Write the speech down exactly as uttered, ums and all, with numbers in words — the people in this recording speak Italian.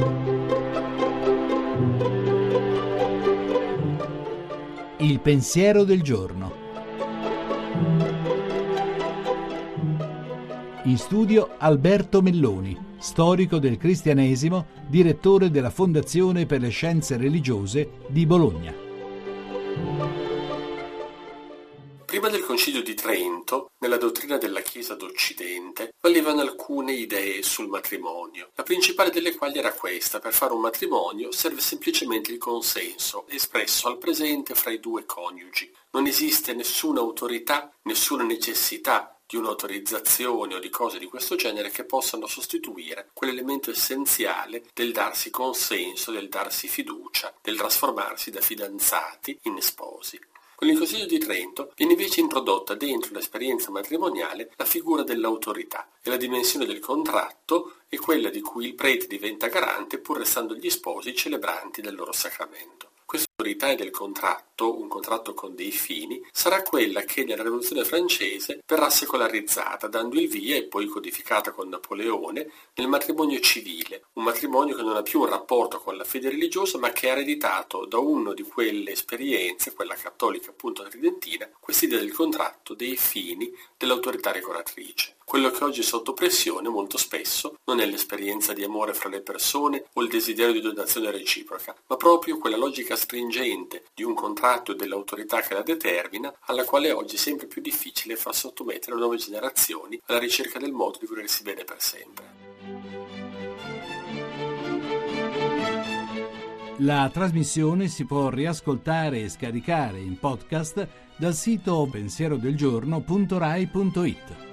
Il pensiero del giorno. In studio Alberto Melloni, storico del cristianesimo, direttore della Fondazione per le Scienze Religiose di Bologna. Prima del Concilio di Trento, nella dottrina della Chiesa d'Occidente, valevano alcune idee sul matrimonio, la principale delle quali era questa: per fare un matrimonio serve semplicemente il consenso espresso al presente fra i due coniugi. Non esiste nessuna autorità, nessuna necessità di un'autorizzazione o di cose di questo genere che possano sostituire quell'elemento essenziale del darsi consenso, del darsi fiducia, del trasformarsi da fidanzati in sposi. Con il Concilio di Trento viene invece introdotta dentro l'esperienza matrimoniale la figura dell'autorità e la dimensione del contratto è quella di cui il prete diventa garante pur restando gli sposi celebranti del loro sacramento. Questa autorità del contratto, un contratto con dei fini, sarà quella che nella Rivoluzione francese verrà secolarizzata, dando il via e poi codificata con Napoleone nel matrimonio civile, un matrimonio che non ha più un rapporto con la fede religiosa ma che ha ereditato da uno di quelle esperienze, quella cattolica appunto tridentina, quest'idea del contratto, dei fini, dell'autorità regolatrice. Quello che oggi è sotto pressione molto spesso non è l'esperienza di amore fra le persone o il desiderio di donazione reciproca, ma proprio quella logica stringente di un contratto e dell'autorità che la determina, alla quale oggi è sempre più difficile far sottomettere le nuove generazioni alla ricerca del modo di volersi bene per sempre. La trasmissione si può riascoltare e scaricare in podcast dal sito pensierodelgiorno punto rai punto it.